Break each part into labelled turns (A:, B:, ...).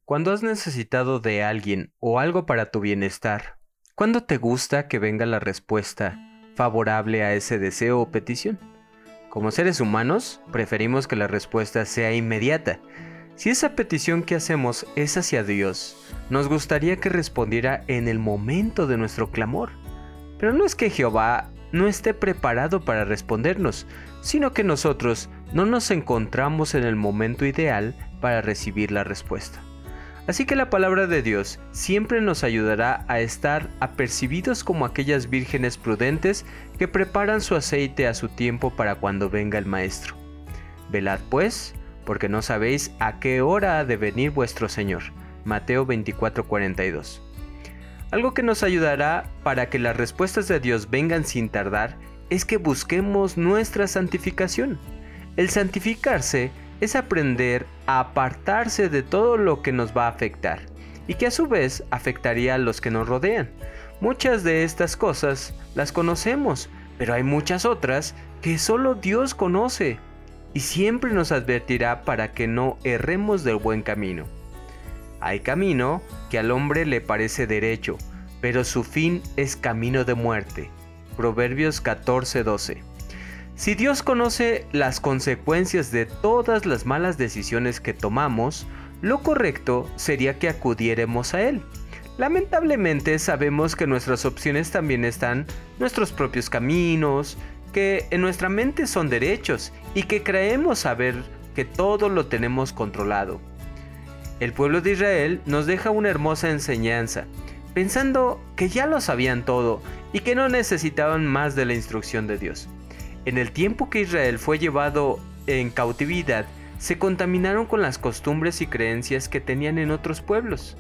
A: Cuando has necesitado de alguien o algo para tu bienestar, ¿cuándo te gusta que venga la respuesta favorable a ese deseo o petición? Como seres humanos, preferimos que la respuesta sea inmediata. Si esa petición que hacemos es hacia Dios, nos gustaría que respondiera en el momento de nuestro clamor. Pero no es que Jehová no esté preparado para respondernos, sino que nosotros no nos encontramos en el momento ideal para recibir la respuesta. Así que la palabra de Dios siempre nos ayudará a estar apercibidos como aquellas vírgenes prudentes que preparan su aceite a su tiempo para cuando venga el Maestro. Velad pues, porque no sabéis a qué hora ha de venir vuestro Señor. Mateo 24:42. Algo que nos ayudará para que las respuestas de Dios vengan sin tardar es que busquemos nuestra santificación. El santificarse es aprender a apartarse de todo lo que nos va a afectar y que a su vez afectaría a los que nos rodean. Muchas de estas cosas las conocemos, pero hay muchas otras que solo Dios conoce y siempre nos advertirá para que no erremos del buen camino. Hay camino que al hombre le parece derecho, pero su fin es camino de muerte. Proverbios 14:12. Si Dios conoce las consecuencias de todas las malas decisiones que tomamos, lo correcto sería que acudiéramos a Él. Lamentablemente sabemos que nuestras opciones también están nuestros propios caminos, que en nuestra mente son derechos y que creemos saber que todo lo tenemos controlado. El pueblo de Israel nos deja una hermosa enseñanza, pensando que ya lo sabían todo y que no necesitaban más de la instrucción de Dios. En el tiempo que Israel fue llevado en cautividad, se contaminaron con las costumbres y creencias que tenían en otros pueblos.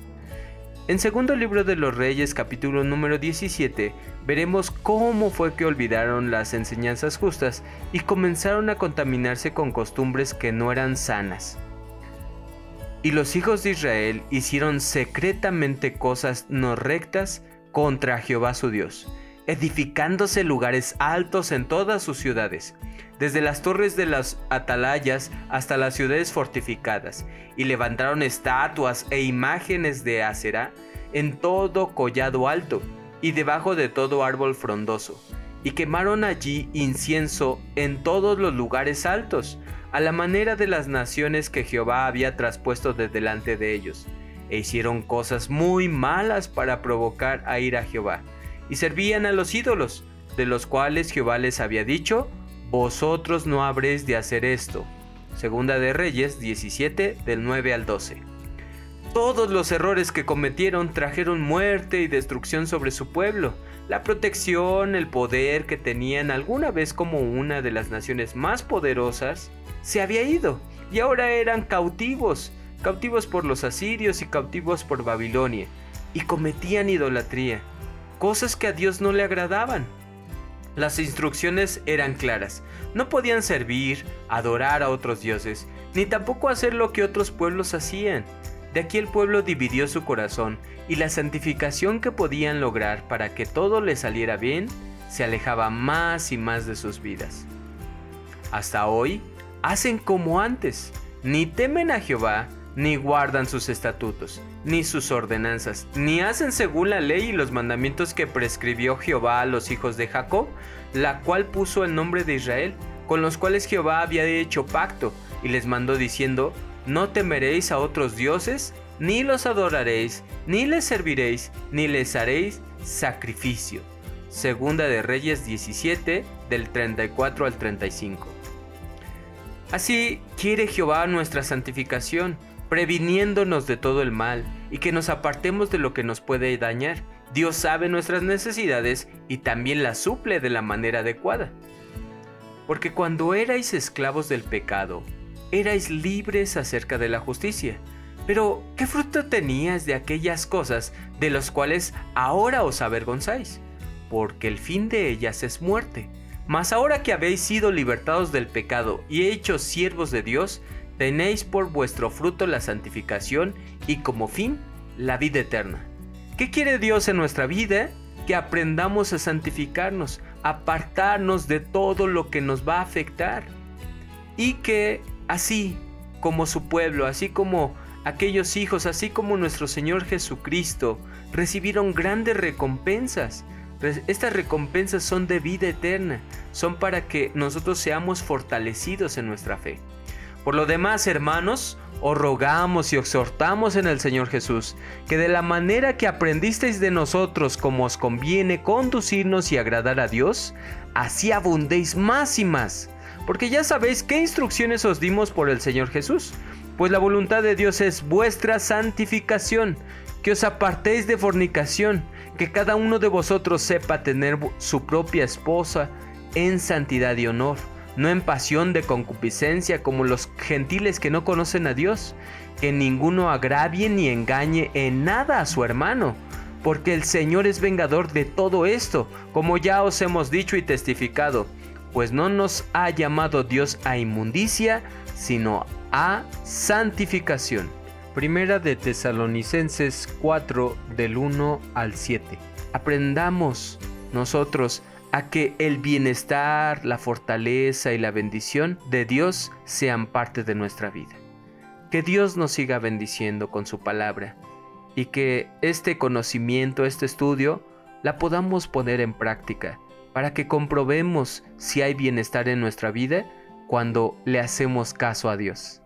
A: En segundo libro de los Reyes, capítulo número 17, veremos cómo fue que olvidaron las enseñanzas justas y comenzaron a contaminarse con costumbres que no eran sanas. Y los hijos de Israel hicieron secretamente cosas no rectas contra Jehová su Dios, edificándose lugares altos en todas sus ciudades, desde las torres de las atalayas hasta las ciudades fortificadas, y levantaron estatuas e imágenes de Aserá en todo collado alto y debajo de todo árbol frondoso, y quemaron allí incienso en todos los lugares altos, a la manera de las naciones que Jehová había traspuesto de delante de ellos, e hicieron cosas muy malas para provocar a ir a Jehová, y servían a los ídolos, de los cuales Jehová les había dicho: vosotros no habréis de hacer esto. Segunda de Reyes 17, del 9 al 12. Todos los errores que cometieron trajeron muerte y destrucción sobre su pueblo. La protección, el poder que tenían alguna vez como una de las naciones más poderosas, se había ido, y ahora eran cautivos por los asirios y cautivos por Babilonia, y cometían idolatría, cosas que a Dios no le agradaban. Las instrucciones eran claras: no podían servir, adorar a otros dioses, ni tampoco hacer lo que otros pueblos hacían. De aquí el pueblo dividió su corazón, y la santificación que podían lograr para que todo les saliera bien se alejaba más y más de sus vidas. Hasta hoy hacen como antes: ni temen a Jehová, ni guardan sus estatutos, ni sus ordenanzas, ni hacen según la ley y los mandamientos que prescribió Jehová a los hijos de Jacob, la cual puso el nombre de Israel, con los cuales Jehová había hecho pacto, y les mandó diciendo: no temeréis a otros dioses, ni los adoraréis, ni les serviréis, ni les haréis sacrificio. Segunda de Reyes 17, del 34 al 35. Así quiere Jehová nuestra santificación, previniéndonos de todo el mal, y que nos apartemos de lo que nos puede dañar. Dios sabe nuestras necesidades y también las suple de la manera adecuada. Porque cuando erais esclavos del pecado, erais libres acerca de la justicia. Pero, ¿qué fruto teníais de aquellas cosas de las cuales ahora os avergonzáis? Porque el fin de ellas es muerte. Mas ahora que habéis sido libertados del pecado y hechos siervos de Dios, tenéis por vuestro fruto la santificación y como fin la vida eterna. ¿Qué quiere Dios en nuestra vida? Que aprendamos a santificarnos, apartarnos de todo lo que nos va a afectar. Y que así como su pueblo, así como Aquellos hijos, así como nuestro Señor Jesucristo, recibieron grandes recompensas. Estas recompensas son de vida eterna, son para que nosotros seamos fortalecidos en nuestra fe. Por lo demás, hermanos, os rogamos y exhortamos en el Señor Jesús, que de la manera que aprendisteis de nosotros como os conviene conducirnos y agradar a Dios, así abundéis más y más, porque ya sabéis qué instrucciones os dimos por el Señor Jesús, pues la voluntad de Dios es vuestra santificación, que os apartéis de fornicación, que cada uno de vosotros sepa tener su propia esposa en santidad y honor, no en pasión de concupiscencia como los gentiles que no conocen a Dios, que ninguno agravie ni engañe en nada a su hermano, porque el Señor es vengador de todo esto, como ya os hemos dicho y testificado, pues no nos ha llamado Dios a inmundicia, sino a santificación. Primera de Tesalonicenses 4 del 1 al 7. Aprendamos nosotros a que el bienestar, la fortaleza y la bendición de Dios sean parte de nuestra vida. Que Dios nos siga bendiciendo con su palabra y que este conocimiento, este estudio, la podamos poner en práctica para que comprobemos si hay bienestar en nuestra vida cuando le hacemos caso a Dios.